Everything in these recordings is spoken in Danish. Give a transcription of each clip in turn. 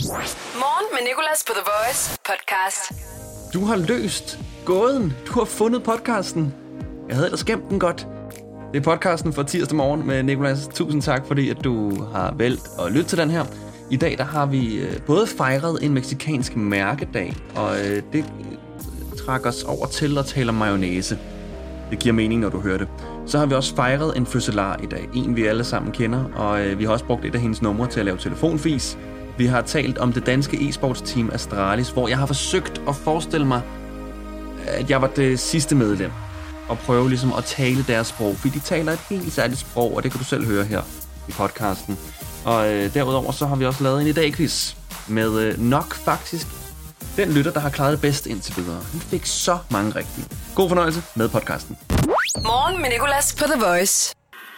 Morgen med Nicolas på The Voice podcast. Du har løst gåden. Du har fundet podcasten. Jeg havde ellers gemt den godt. Det er podcasten for tirsdag morgen med Nicolas. Tusind tak, fordi at du har valgt at lytte til den her. I dag der har vi både fejret en mexicansk mærkedag, og det trækker os over til at tale om mayonnaise. Det giver mening, når du hører det. Så har vi også fejret en fødselar i dag. En, vi alle sammen kender, og vi har også brugt et af hendes numre til at lave telefonfis. Vi har talt om det danske e-sportsteam Astralis, hvor jeg har forsøgt at forestille mig, at jeg var det sidste medlem. Og prøve ligesom at tale deres sprog, fordi de taler et helt særligt sprog, og det kan du selv høre her i podcasten. Og derudover så har vi også lavet en i-dag-quiz med nok faktisk den lytter, der har klaret det bedst indtil videre. Han fik så mange rigtige. God fornøjelse med podcasten. Morgen med Nicolas på The Voice.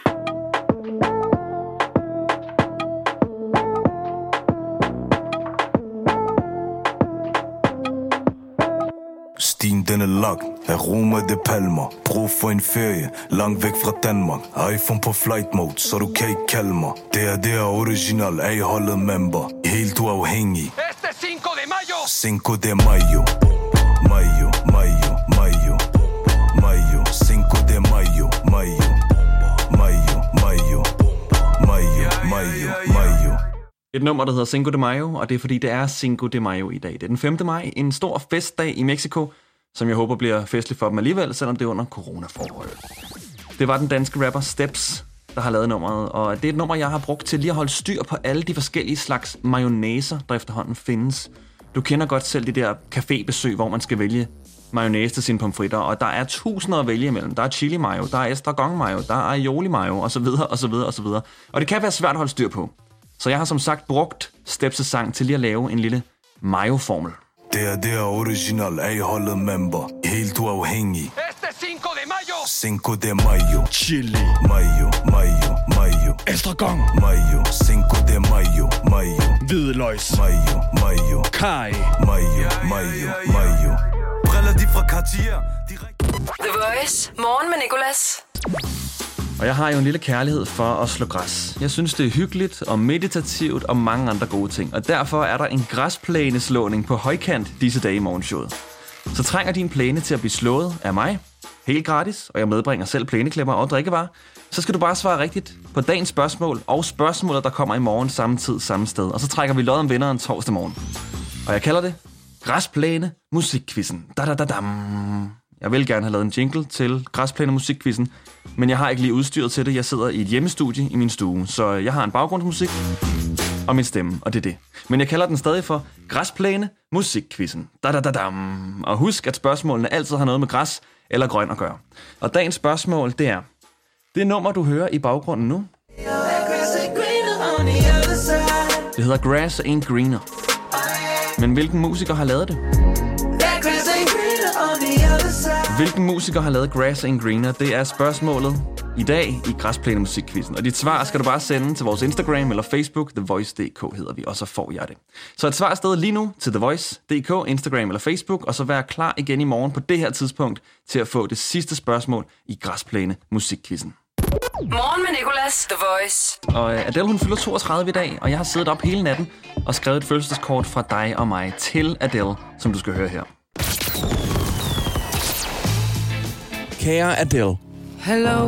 Stien den er lagt af Roma de Palma. Brug for en ferie, langt væk fra Danmark. iPhone på flight mode, så du kan ikke kalde mig. Det er original, A-holdet member. Helt uafhængig. Este 5 de mayo. 5 de mayo. Mayo, mayo, mayo. Mayo, 5 de mayo. Mayo, mayo, mayo. Mayo, mayo, mayo. Et nummer, der hedder Cinco de Mayo, og det er fordi, det er Cinco de Mayo i dag. Det er den 5. maj, en stor festdag i Mexico, som jeg håber bliver festlig for dem alligevel, selvom det er under coronaforhold. Det var den danske rapper Steps, der har lavet nummeret, og det er et nummer, jeg har brugt til lige at holde styr på alle de forskellige slags mayonnaiser, der efterhånden findes. Du kender godt selv de der cafébesøg, hvor man skal vælge mayonnaise til sine pomfritter, og der er tusinder at vælge imellem. Der er chili mayo, der er estragon mayo, der er aioli mayo, osv. osv. osv. Og det kan være svært at holde styr på. Så jeg har som sagt brugt Steps' sang til lige at lave en lille mayo-formel. Det er original, A-holdet member. Helt uafhængig. Este 5 de mayo. 5 de mayo. Chili. Mayo, mayo, mayo. Estragon. Mayo, 5 de mayo. Mayo. Hvidløgs. Mayo, mayo. Kaj. Mayo, mayo, mayo. Briller de fra Cartier. The Voice. Morgen med Nicolas. Og jeg har jo en lille kærlighed for at slå græs. Jeg synes, det er hyggeligt og meditativt og mange andre gode ting. Og derfor er der en græsplæneslåning på højkant disse dage i morgenshowet. Så trænger din plæne til at blive slået af mig, helt gratis, og jeg medbringer selv plæneklemmer og drikkevarer, så skal du bare svare rigtigt på dagens spørgsmål og spørgsmålet, der kommer i morgen samme tid, samme sted. Og så trækker vi lod om vinderen torsdag morgen. Og jeg kalder det Græsplæne Musikquizzen. Da-da-da-dam. Jeg vil gerne have lavet en jingle til Græsplæne Musikquizzen, men jeg har ikke lige udstyret til det. Jeg sidder i et hjemmestudie i min stue, så jeg har en baggrundsmusik og min stemme, og det er det. Men jeg kalder den stadig for Græsplæne Musikquizzen. Da-da-da-dam. Og husk, at spørgsmålene altid har noget med græs eller grøn at gøre. Og dagens spørgsmål, det er det nummer, du hører i baggrunden nu. Det hedder Grass Ain't Greener. Men hvilken musiker har lavet det? Hvilken musiker har lavet Grass Ain't Greener? Det er spørgsmålet i dag i Græsplæne Musikquizzen. Og dit svar skal du bare sende til vores Instagram eller Facebook. TheVoice.dk hedder vi, og så får jeg det. Så et svar afsted lige nu til TheVoice.dk, Instagram eller Facebook. Og så vær klar igen i morgen på det her tidspunkt til at få det sidste spørgsmål i Græsplæne Musikquizzen. Morgen med Nicolas, The Voice. Og Adele, hun fylder 32 i dag, og jeg har siddet op hele natten og skrevet et fødselsdagskort fra dig og mig til Adele, som du skal høre her. Kære Adele. Hello,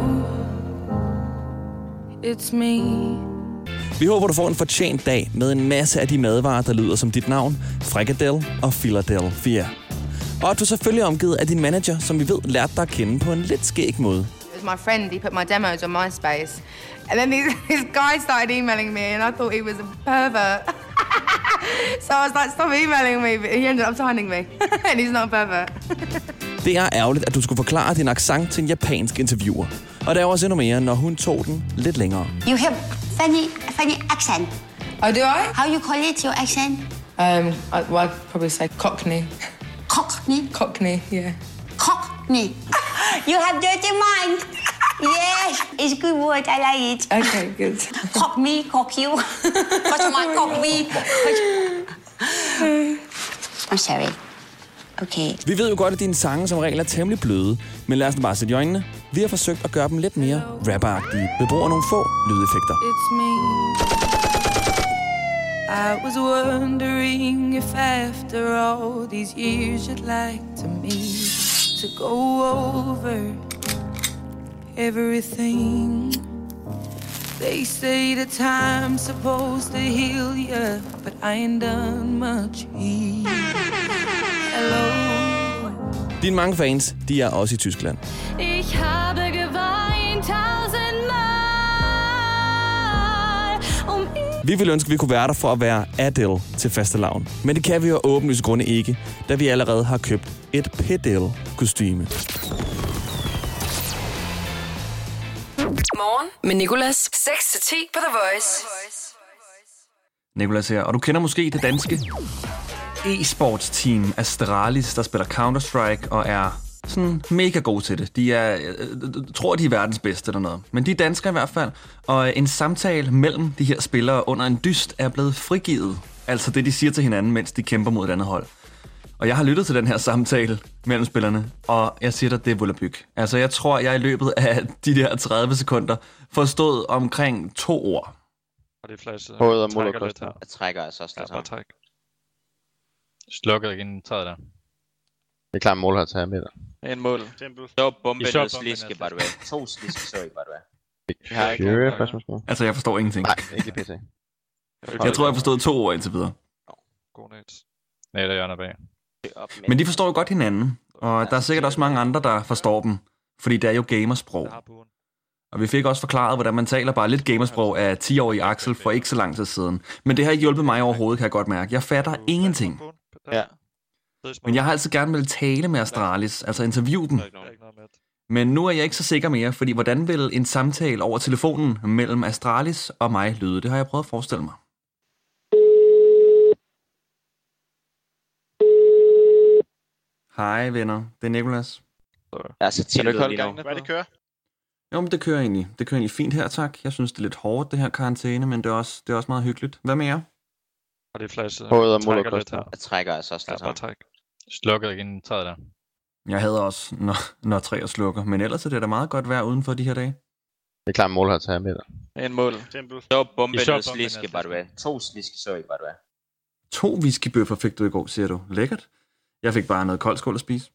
it's me. Vi håber, du får en fortjent dag med en masse af de madvarer, der lyder som dit navn, Frikadelle og Philadelphia. Og at du selvfølgelig er omgivet af din manager, som vi ved lærte dig at kende på en lidt skæg måde. My friend, he put my demos on MySpace, and then this guy started emailing me, and I thought he was a pervert. So I was like, stop emailing me, but he ended up signing me, and he's not a pervert. Det er ærgerligt, at du skulle forklare din accent til en japansk interviewer. Og der er også endnu mere, når hun tog den lidt længere. You have funny accent. Oh, do I? How you call it, your accent? I'd probably say Cockney. Cockney? Cockney, yeah. Cockney. You have dirty mind. Yes, it's a good word. I like it. Okay, good. Cock me, cock you. Cock me. I'm sorry. Okay. Vi ved jo godt, at dine sange som regel er temmelig bløde, men lad os bare sætte i øjnene. Vi har forsøgt at gøre dem lidt mere rapperagtige ved brug af nogle få lydeffekter. It's me. I was wondering if after all these years you'd like to me to go over everything. They say the time's supposed to heal you, but I ain't done much healing. Hello. Dine mange fans, de er også i Tyskland. Ich habe geweint 1000 Mal. Vi ville ønske, at vi kunne være der for at være Adele til fastelavn. Men det kan vi jo åbenlyse grunde ikke, da vi allerede har købt et Pedel-kostyme. Morgen med Nicolas. 6-10 på The Voice. Nicolas her, og du kender måske det danske e-sportsteam Astralis, der spiller Counter-Strike og er sådan mega gode til det. De tror, de er verdens bedste eller noget. Men de er danskere i hvert fald, og en samtale mellem de her spillere under en dyst er blevet frigivet. Altså det, de siger til hinanden, mens de kæmper mod et andet hold. Og jeg har lyttet til den her samtale mellem spillerne, og jeg siger dig, det er volapyk. Altså jeg tror, jeg i løbet af de der 30 sekunder forstod omkring 2 ord. Og det er flash. Både og mål. Jeg trækker altså også lidt sammen. Træk. Slukket igen, taget der. Det er klart mål her til her med dig. En mål. Så bomben og sliske, by the way. 2 sliske, sorry, by the way. Altså jeg forstår ingenting. Nej, ikke PC. Jeg tror, jeg forstod 2 ord indtil videre. God net. Nej, der er hjørner bag. Men de forstår jo godt hinanden, og der er sikkert også mange andre, der forstår dem, fordi det er jo gamersprog. Og vi fik også forklaret, hvordan man taler bare lidt gamersprog af 10-årige Axel for ikke så lang tid siden. Men det har ikke hjulpet mig overhovedet, kan jeg godt mærke. Jeg fatter ingenting. Ja. Men jeg har altid gerne vil tale med Astralis, altså interviewe dem. Men nu er jeg ikke så sikker mere, fordi hvordan vil en samtale over telefonen mellem Astralis og mig lyde? Det har jeg prøvet at forestille mig. Hej venner, det er Nicolas. Altså, kan du ikke holde gang? Hvad det kører? Jo, men det kører egentlig fint her, tak. Jeg synes, det er lidt hårdt, det her karantæne, men det er også meget hyggeligt. Hvad med jer? Og det er flash. Både og mål. Jeg trækker altså også lidt sammen. Træk. Slukket igen, taget der. Jeg hader også, når træer slukker, men ellers er det da meget godt vejr udenfor de her dage. Det er klart mål her til her med dig. En mål. Så bomben og sliske, by the way. 2 sliske, sorry, by the way. 2 whiskybøffer fik du i går, siger du. Lækkert. Jeg fik bare noget koldt skål at spise.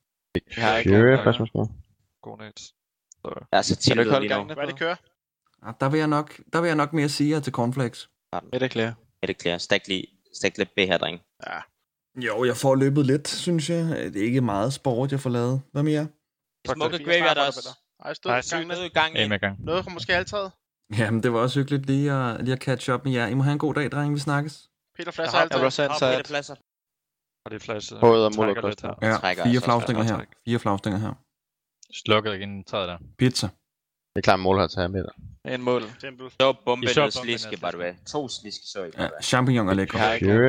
God net. Altså, kan du ikke holde gang? Hvad det kører? Ja, der vil jeg nok mere sige til cornflakes. Er det klar? Er det klar? Stik lidt B her, dreng. Ja. Jo, jeg får løbet lidt, synes jeg. Det er ikke meget sport, jeg får lavet. Hvad med jer? Smukke graveyard også. Noget fra måske altid. Jamen, det var også hyggeligt lige at catch up med jer. I må have en god dag, drenge. Vi snakkes. Peter Flasser altid. Og det er flash. Både og mål. Ja, 4 flagstænger her. 4 flagstænger her. Slukket igen, taget der. Pizza. Det er klart mål her til her med dig. En mål. Så bomben og sliske, by the way. 2 sliske, sorry. Ja, champignon og lækker.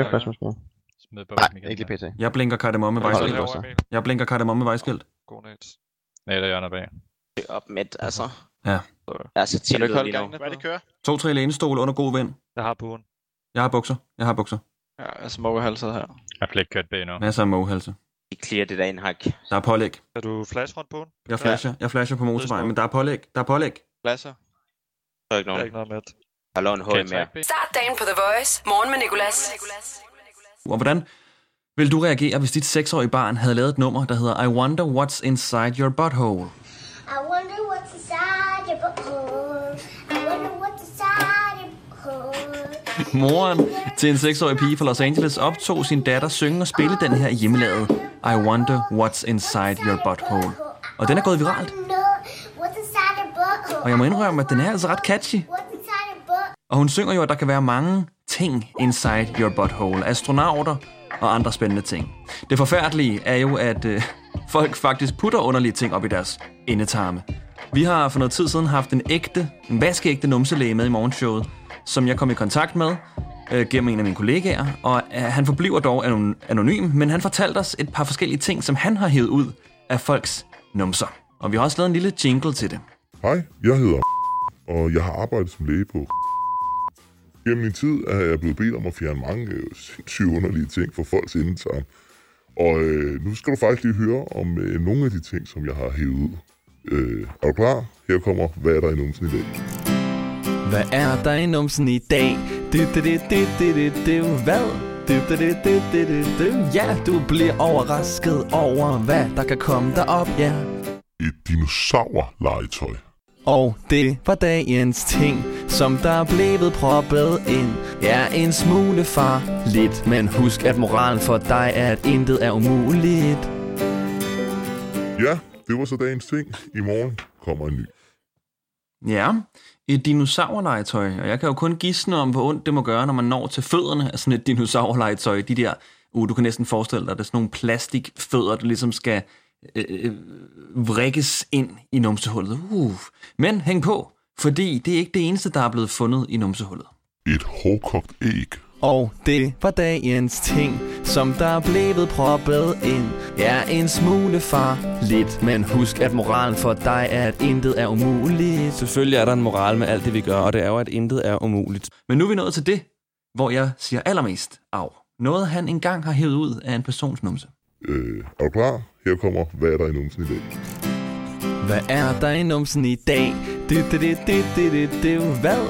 Nej, ikke PC. Jeg blinker kardemomme vejskilt. Jeg blinker kardemomme vejskilt. God net. Nej, der er hjørner bag. Det er op midt, altså. Ja. Altså, kan du ikke holde gang? Hvad det kører? 2-3 lænestol under god vind. Jeg har buren. Jeg har bukser. Ja, altså mågehalset her. Jeg har ikke kørt bag nu. Masser af mågehalse. Vi clear det der en hak. Der er pålæg. Er du flash rundt på den? Jeg flasher på motorvejen, men der er pålæg. Flasher. Der er ikke noget med. Jeg lå en høj mere. Start dagen på The Voice. Morgen med Nicolas. Og hvordan vil du reagere, hvis dit 6-årige barn havde lavet et nummer, der hedder I wonder what's inside your butthole? I wonder what's inside your butthole. I wonder what's inside your butthole. Moren til en 6-årig pige fra Los Angeles optog sin datter synge og spille den her hjemmelavede I wonder what's inside your butthole. Og den er gået viralt. Og jeg må indrømme, at den er altså ret catchy. Og hun synger jo, at der kan være mange ting inside your butthole. Astronauter og andre spændende ting. Det forfærdelige er jo, at folk faktisk putter underlige ting op i deres endetarme. Vi har for noget tid siden haft en vaskeægte numselæge med i morgenshowet, som jeg kom i kontakt med gennem en af mine kollegaer, og han forbliver dog anonym, men han fortalte os et par forskellige ting, som han har hævet ud af folks numser. Og vi har også lavet en lille jingle til det. Hej, jeg hedder og jeg har arbejdet som læge på. Gennem min tid er jeg blevet bedt om at fjerne mange sindssygt underlige ting fra folks endetarm. Og nu skal du faktisk lige høre om nogle af de ting, som jeg har hævet ud. Er du klar? Her kommer, hvad er der i numsen i dag? Hvad er der i numsen i dag? Hvad? Ja, du bliver overrasket over, hvad der kan komme derop, ja. Et dinosaurlegetøj. Og det var dagens ting, som der er blevet proppet ind. Ja, en smule farligt, men husk, at moralen for dig er, at intet er umuligt. Ja, det var så dagens ting. I morgen kommer en ny. Ja, et dinosaurlegetøj. Og jeg kan jo kun gisne om, hvor ondt det må gøre, når man når til fødderne af sådan et dinosaurlegetøj. De der, du kan næsten forestille dig, at det er sådan nogle plastikfødder, der ligesom skal vrikkes ind i numsehullet. Men hæng på, fordi det er ikke det eneste, der er blevet fundet i numsehullet. Et hårdkogt æg. Og det var dagens ting, som der er blevet proppet ind. Ja, en smule farligt, men husk, at moralen for dig er, at intet er umuligt. Selvfølgelig er der en moral med alt det, vi gør, og det er jo, at intet er umuligt. Men nu er vi nået til det, hvor jeg siger allermest af. Noget, han engang har hævet ud af en persons numse. Er du klar? Her kommer, hvad er der i numsen i dag? Hvad er der i numsen i dag? Hvad?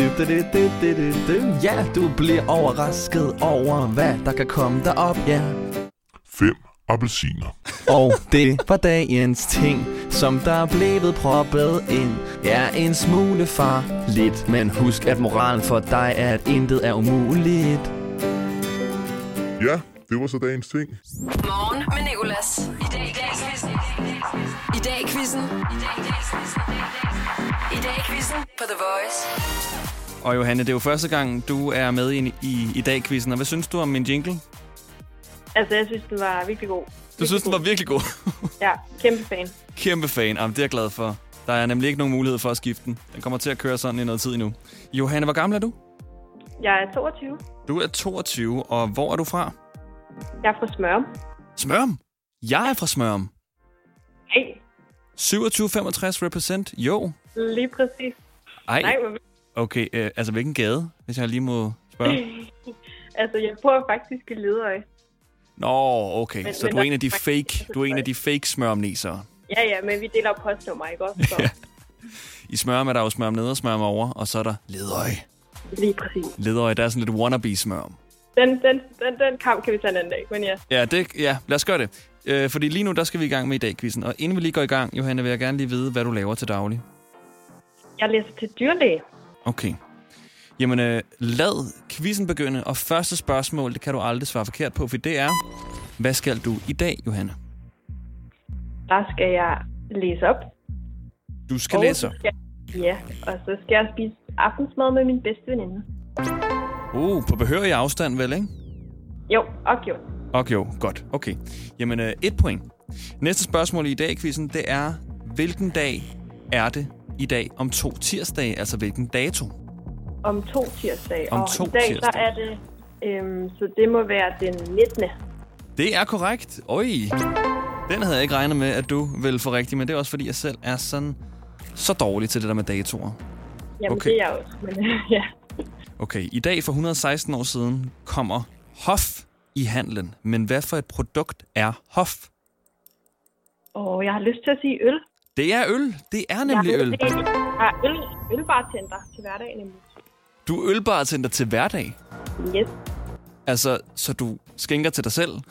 Ja, du bliver overrasket over, hvad der kan komme derop, ja. 5 appelsiner. Og det var dagens ting, som der er blevet proppet ind. Ja, en smule farligt, men husk, at moralen for dig er, at intet er umuligt. Ja, det var så dagens ting. Morgen med Nicolas. I dag i quizzen. I dag i quizzen på The Voice. Og Johanne, det er jo første gang, du er med i dag-quizzen. Og hvad synes du om min jingle? Altså, jeg synes, den var virkelig god. Du synes, den var virkelig god? Ja, kæmpe fan. Kæmpe fan. Jamen, det er jeg glad for. Der er nemlig ikke nogen mulighed for at skifte den. Den kommer til at køre sådan i noget tid endnu. Johanne, hvor gammel er du? Jeg er 22. Du er 22, og hvor er du fra? Jeg er fra Smørum. Smørum? Jeg er fra Smørum. Hey. 2765 represent, jo. Lige præcis. Ej. Nej, men... Okay, altså hvilken gade, hvis jeg lige må spørge? Altså, jeg bor faktisk i Ledøje. Nå, okay. Så du er en af de fake, fake smørumnisere. Ja, men vi deler postnummer, ikke også? Så. I Smørum er der jo Smørum nede og Smørum over, og så er der Ledøje. Lige præcis. Ledøje, der er sådan lidt wannabe Smørum. Den kamp kan vi tage en anden dag, men ja. Ja, lad os gøre det. Fordi lige nu, der skal vi i gang med i dag-quizzen. Og inden vi lige går i gang, Johanne, vil jeg gerne lige vide, hvad du laver til daglig. Jeg læser til dyrlæge. Okay. Jamen, lad quizzen begynde, og første spørgsmål, det kan du aldrig svare forkert på, for det er, hvad skal du i dag, Johanne? Der skal jeg læse op. Du skal læse op? Ja, og så skal jeg spise aftensmad med min bedste veninde. På behørig afstand, vel, ikke? Jo. Godt. Okay. Jamen, 1 point. Næste spørgsmål i dag, quizzen, det er, hvilken dag er det i dag om 2 tirsdage? Altså, hvilken dato? Om 2 tirsdage. Om 2 i dag, tirsdage. der er det, så det må være den 19. Det er korrekt. Den havde jeg ikke regnet med, at du ville få rigtigt, men det er også, fordi jeg selv er så dårlig til det der med datoer. Jamen, okay. Det er jeg også, men ja. Okay, i dag for 116 år siden kommer Hof i handlen. Men hvad for et produkt er Hof? Jeg har lyst til at sige øl. Det er øl. Det er nemlig øl. Jeg er ølbartender til hverdag nemlig. Du er ølbartender til hverdag? Yes. Altså, så du skænker til dig selv?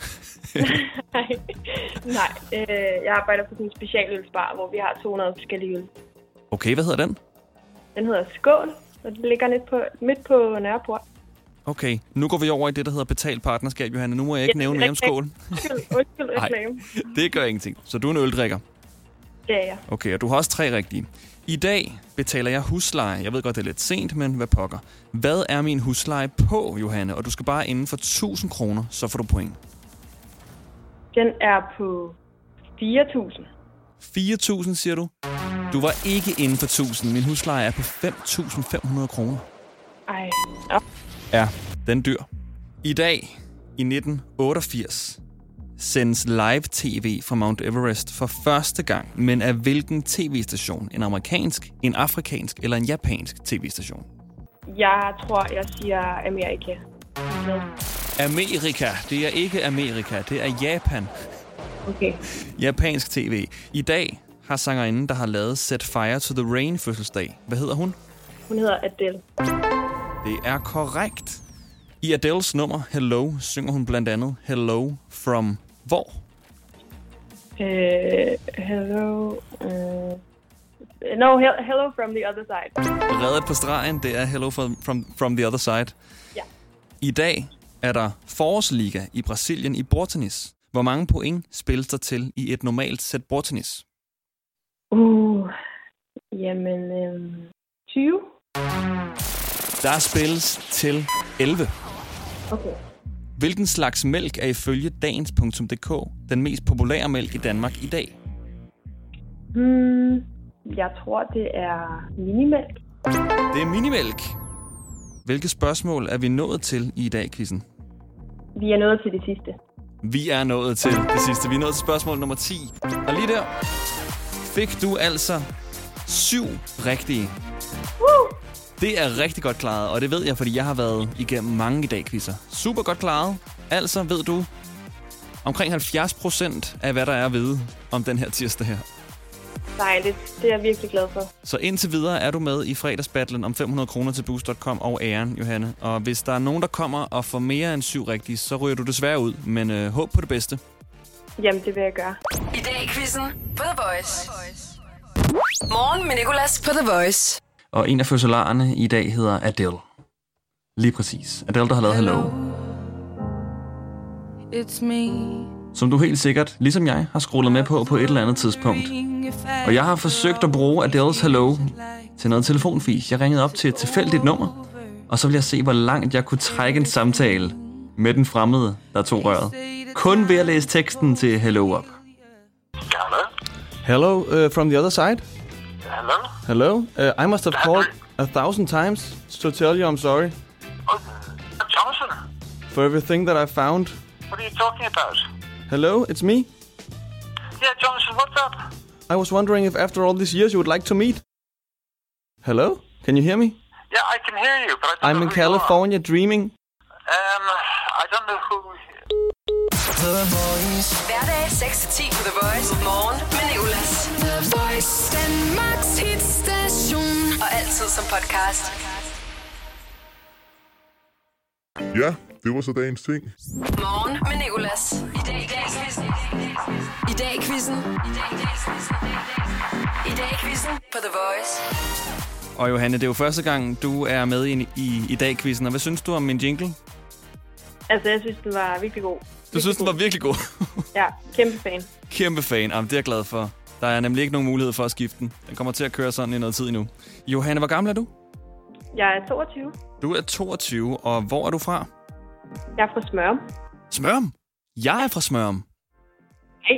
Nej, jeg arbejder på sådan en specialølsbar, hvor vi har 200 forskellige øl. Okay, hvad hedder den? Den hedder Skål, og den ligger midt på Nørreport. Okay, nu går vi over i det, der hedder betalt partnerskab, Johanne. Nu må jeg ikke nævne mere om Skål. Undskyld reklame. Det gør ingenting. Så du er en øldrikker? Det er jeg. Okay, og du har også 3 rigtige. I dag betaler jeg husleje. Jeg ved godt, det er lidt sent, men hvad pokker. Hvad er min husleje på, Johanne? Og du skal bare inden for 1.000 kroner, så får du point. Den er på 4.000. 4.000, siger du? Du var ikke inden for 1.000. Min husleje er på 5.500 kroner. Ej. Ja, den er dyr. I dag, i 1988, sendes live-tv fra Mount Everest for første gang, men af hvilken tv-station? En amerikansk, en afrikansk eller en japansk tv-station? Jeg tror, jeg siger Amerika. Amerika. Det er ikke Amerika, det er Japan. Okay. Japansk tv. I dag har sangerinden, der har lavet Set Fire to the Rain fødselsdag. Hvad hedder hun? Hun hedder Adele. Det er korrekt. I Adele's nummer Hello synger hun blandt andet Hello from hvor? Hello... No, hello from the other side. Reddet på stregen, det er Hello from the other side. Ja. I dag er der forårsliga i Brasilien i bordtennis. Hvor mange point spilles der til i et normalt sæt bordtennis? Jamen, 20. Der spilles til 11. Okay. Hvilken slags mælk er ifølge dagens.dk den mest populære mælk i Danmark i dag? Jeg tror, det er minimælk. Det er minimælk. Hvilke spørgsmål er vi nået til i dag, quizzen? Vi er nået til det sidste. Vi er nået til det sidste. Vi er nået til spørgsmål nummer 10. Og lige der fik du altså 7 rigtige. Det er rigtig godt klaret, og det ved jeg, fordi jeg har været igennem mange i dag quizzer. Super godt klaret. Altså ved du omkring 70% af, hvad der er at vide om den her tirsdag her. Dejligt. Det er jeg virkelig glad for. Så indtil videre er du med i fredagsbattlen om 500 kroner til Boost.com og æren, Johanne. Og hvis der er nogen, der kommer og får mere end 7 rigtige, så ryger du desværre ud. Men håb på det bedste. Jamen, det vil jeg gøre. I dag i quizzen på The Voice. Morgen med Nicolas på The Voice. Og en af fødselarerne i dag hedder Adele. Lige præcis. Adele, der har lavet Hello. It's me. Som du helt sikkert, ligesom jeg, har scrollet med på et eller andet tidspunkt. Og jeg har forsøgt at bruge Adele's Hello til noget telefonfis. Jeg ringede op til et tilfældigt nummer, og så ville jeg se, hvor langt jeg kunne trække en samtale med den fremmede, der tog røret. Kun ved at læse teksten til Hello op. Hello, from the other side? Hello? Hello? I must have called 1,000 times to tell you I'm sorry. Jonathan? For everything that I found. What are you talking about? Hello, it's me. Yeah, Jonathan, what's up? I was wondering if after all these years you would like to meet. Hello? Can you hear me? Yeah, I can hear you, but I don't I'm know in who California dreaming. I don't know who... The Voice. Hverdag 6-10 på The Voice. Morgen med Nicolas. The Voice. Danmarks hitstation. Og altid som podcast. Ja, det var så dagens ting. Morgen med Nicolas. I dag quizzen. I dag quizzen. I dag quizzen på The Voice. Og Johanne, det er jo første gang, du er med i dag quizzen. Og hvad synes du om min jingle? Altså, jeg synes, den var virkelig god. Du synes, den var virkelig god? Ja, kæmpe fan. Kæmpe fan. Jamen, det er jeg glad for. Der er nemlig ikke nogen mulighed for at skifte den. Den kommer til at køre sådan i noget tid endnu. Johanne, hvor gammel er du? Jeg er 22. Du er 22, og hvor er du fra? Jeg er fra Smørum. Smørum? Jeg er fra Smørum. Hey.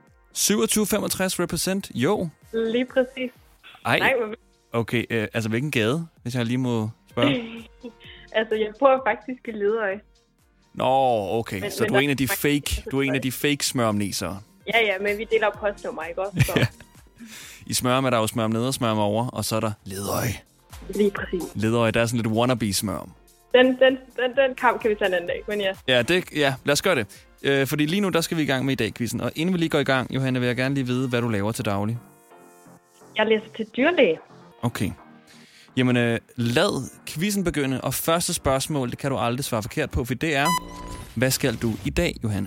2765 represent? Jo. Lige præcis. Ej. Nej, men... Okay, altså hvilken gade, hvis jeg lige må spørge? Altså, jeg bor faktisk i Ledøje. Nå, okay. Så du er en af de fake, fake smørumnisere. Ja, men vi deler postnummer, ikke også? Så. Ja. I Smørum er der jo Smørum nede og Smørum over, og så er der Ledøje. Lige præcis. Ledøje, der er sådan lidt wannabe Smørum. Den kamp kan vi tage en anden dag, men ja. Ja, lad os gøre det. Fordi lige nu, der skal vi i gang med i dag quizzen. Og inden vi lige går i gang, Johanne, vil jeg gerne lige vide, hvad du laver til daglig. Jeg læser til dyrlæge. Okay. Jamen, lad quizzen begynde, og første spørgsmål, det kan du aldrig svare forkert på, for det er, hvad skal du i dag, Johanne?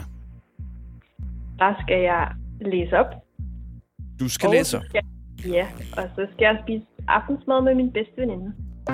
Der skal jeg læse op. Du skal læse op? Ja, og så skal jeg spise aftensmad med min bedste veninde.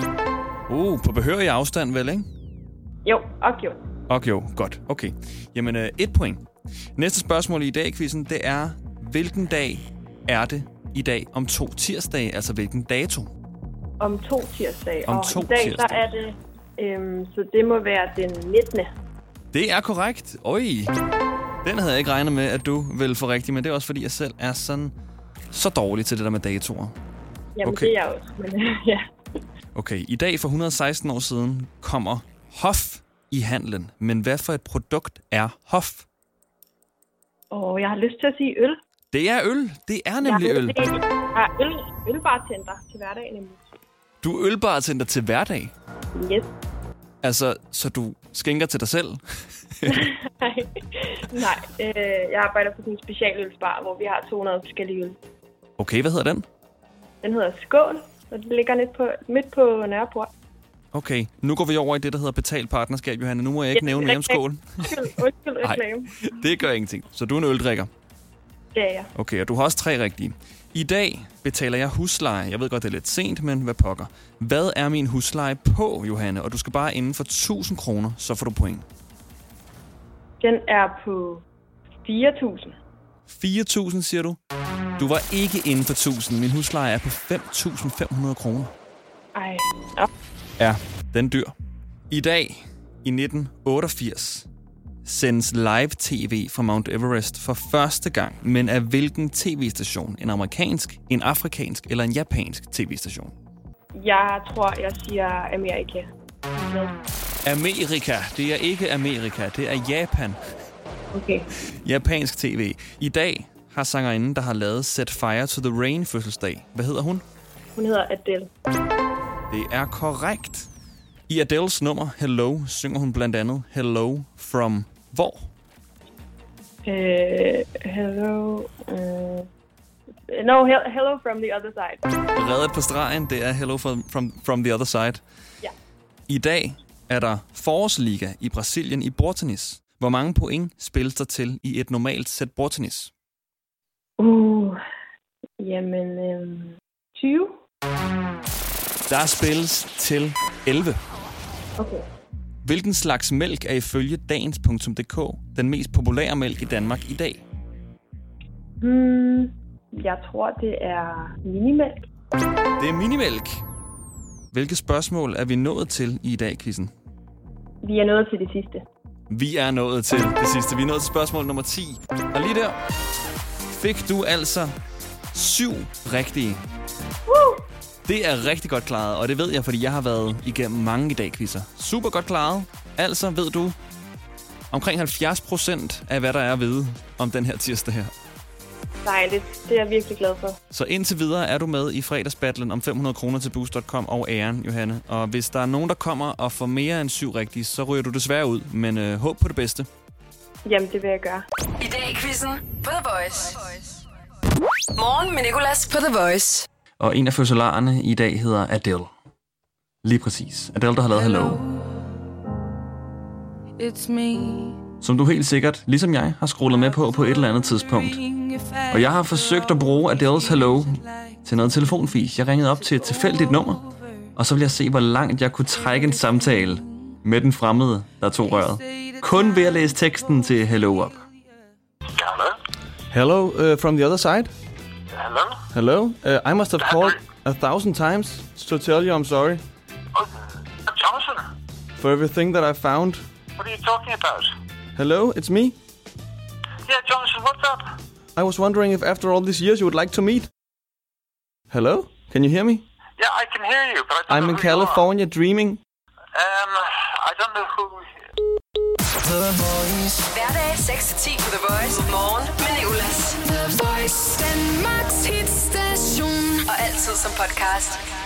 På behørig afstand, vel, ikke? Jo. Jo, godt. Okay. Jamen, 1 point. Næste spørgsmål i dag, quizzen, det er, hvilken dag er det i dag om 2 tirsdage? Altså, hvilken dato? Om 2 tirsdage. Om og 2 i dag, tirsdage. der er det, så det må være den 19. Det er korrekt. Den havde jeg ikke regnet med, at du ville få rigtigt, men det er også, fordi jeg selv er så dårlig til det der med datoer. Jamen, okay. Det er jeg også, men ja. Okay, i dag for 116 år siden kommer Hof i handlen. Men hvad for et produkt er Hof? Jeg har lyst til at sige øl. Det er øl. Det er nemlig øl. Jeg er ølbartender til hverdag nemlig. Du er ølbartender til hverdag? Yes. Altså, så du skænker til dig selv? Nej, jeg arbejder på sådan en specialølsbar, hvor vi har 200 forskellige øl. Okay, hvad hedder den? Den hedder Skål, og den ligger midt på Nørreport. Okay, nu går vi over i det, der hedder betalt partnerskab, Johanne. Nu må jeg ikke nævne mere om skål. Undskyld, reklame. Det gør ingenting. Så du er en øldrikker? Det er jeg. Okay, og du har også 3 rigtige. I dag betaler jeg husleje. Jeg ved godt, det er lidt sent, men hvad pokker. Hvad er min husleje på, Johanne? Og du skal bare inden for 1000 kroner, så får du point. Den er på 4.000. 4.000, siger du? Du var ikke inden for 1.000. Min husleje er på 5.500 kroner. Ej, ja. Ja, den dyr. I dag, i 1988, sendes live-tv fra Mount Everest for første gang, men af hvilken tv-station? En amerikansk, en afrikansk eller en japansk tv-station? Jeg tror, jeg siger Amerika. Amerika. Det er ikke Amerika, det er Japan. Okay. Japansk tv. I dag har sangerinden, der har lavet Set Fire to the Rain fødselsdag. Hvad hedder hun? Hun hedder Adele. Det er korrekt. I Adeles nummer Hello synger hun blandt andet Hello from hvor? Hello. No, hello from the other side. Reddet på stregen, det er Hello from the other side. Ja. I dag er der forårsliga i Brasilien i bordtennis. Hvor mange point spilles der til i et normalt sæt bordtennis? Jamen, 20. Der spilles til 11. Okay. Hvilken slags mælk er ifølge dagens.dk den mest populære mælk i Danmark i dag? Jeg tror, det er minimælk. Det er minimælk. Hvilke spørgsmål er vi nået til i dag, quizzen? Vi er nået til det sidste. Vi er nået til det sidste. Vi er nået til spørgsmål nummer 10. Og lige der fik du altså 7 rigtige. Det er rigtig godt klaret, og det ved jeg, fordi jeg har været igennem mange i dag, quizzer. Super godt klaret. Altså ved du omkring 70% af, hvad der er at vide om den her tirsdag her. Dejligt. Det er jeg virkelig glad for. Så indtil videre er du med i fredagsbattlen om 500 kroner til Boost.com og æren, Johanne. Og hvis der er nogen, der kommer og får mere end 7 rigtige, så ryger du desværre ud. Men håb på det bedste. Jamen, det vil jeg gøre. I dag i quizzen på The Voice. Morgen med Nicolas på The Voice. Og en af fødselarerne i dag hedder Adele. Lige præcis. Adele, der har lavet Hello. It's me. Som du helt sikkert, ligesom jeg, har scrollet med på et eller andet tidspunkt. Og jeg har forsøgt at bruge Adeles Hello til noget telefonfis. Jeg ringede op til et tilfældigt nummer, og så ville jeg se, hvor langt jeg kunne trække en samtale med den fremmede, der tog røret. Kun ved at læse teksten til Hello op. Hello, from the other side. Hello? Hello? I must have called 1,000 times to tell you I'm sorry. Jonathan? For everything that I found. What are you talking about? Hello, it's me. Yeah, Jonathan, what's up? I was wondering if after all these years you would like to meet. Hello? Can you hear me? Yeah, I can hear you, but I don't I'm know in who California dreaming. I don't know who... The Voice. Hverdag 6-10 på The Voice. Morgen med Nicolas. The Voice. Danmarks hitstation. Og altid som podcast.